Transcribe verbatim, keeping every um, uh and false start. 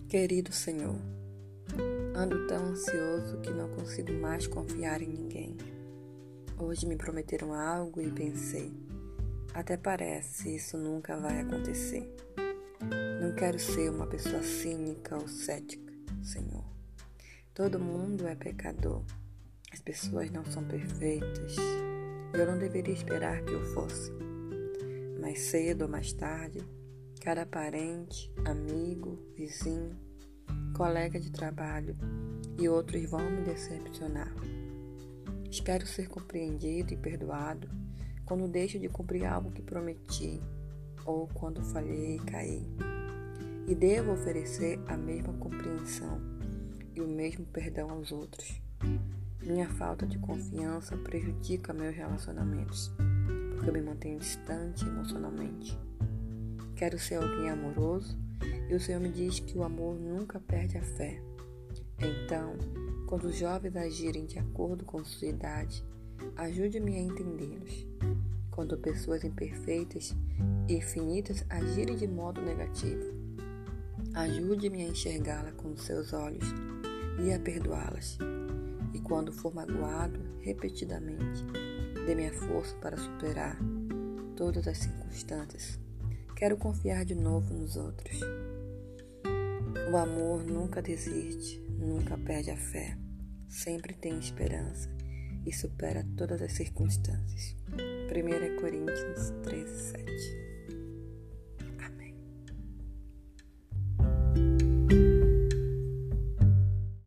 Querido Senhor, ando tão ansioso que não consigo mais confiar em ninguém. Hoje me prometeram algo e pensei, até parece isso nunca vai acontecer. Não quero ser uma pessoa cínica ou cética, Senhor. Todo mundo é pecador. As pessoas não são perfeitas. Eu não deveria esperar que eu fosse. Mais cedo ou mais tarde, cada parente, amigo, vizinho, colega de trabalho e outros vão me decepcionar. Espero ser compreendido e perdoado quando deixo de cumprir algo que prometi ou quando falhei e caí. E devo oferecer a mesma compreensão e o mesmo perdão aos outros. Minha falta de confiança prejudica meus relacionamentos, porque eu me mantenho distante emocionalmente. Quero ser alguém amoroso e o Senhor me diz que o amor nunca perde a fé. Então, quando os jovens agirem de acordo com sua idade, ajude-me a entendê-los. Quando pessoas imperfeitas e finitas agirem de modo negativo, ajude-me a enxergá-la com seus olhos e a perdoá-las. E quando for magoado repetidamente, dê-me a força para superar todas as circunstâncias. Quero confiar de novo nos outros. O amor nunca desiste, nunca perde a fé. Sempre tem esperança e supera todas as circunstâncias. primeira Coríntios treze, sete.